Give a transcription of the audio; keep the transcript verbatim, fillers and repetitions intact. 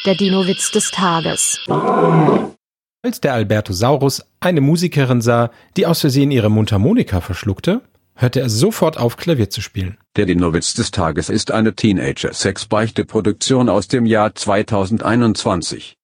Der Dino-Witz des Tages. Als der Albertosaurus eine Musikerin sah, die aus Versehen ihre Mundharmonika verschluckte, hörte er sofort auf, Klavier zu spielen. Der Dino-Witz des Tages ist eine Teenager-Sex-Beichte-Produktion aus dem Jahr zweitausendeinundzwanzig.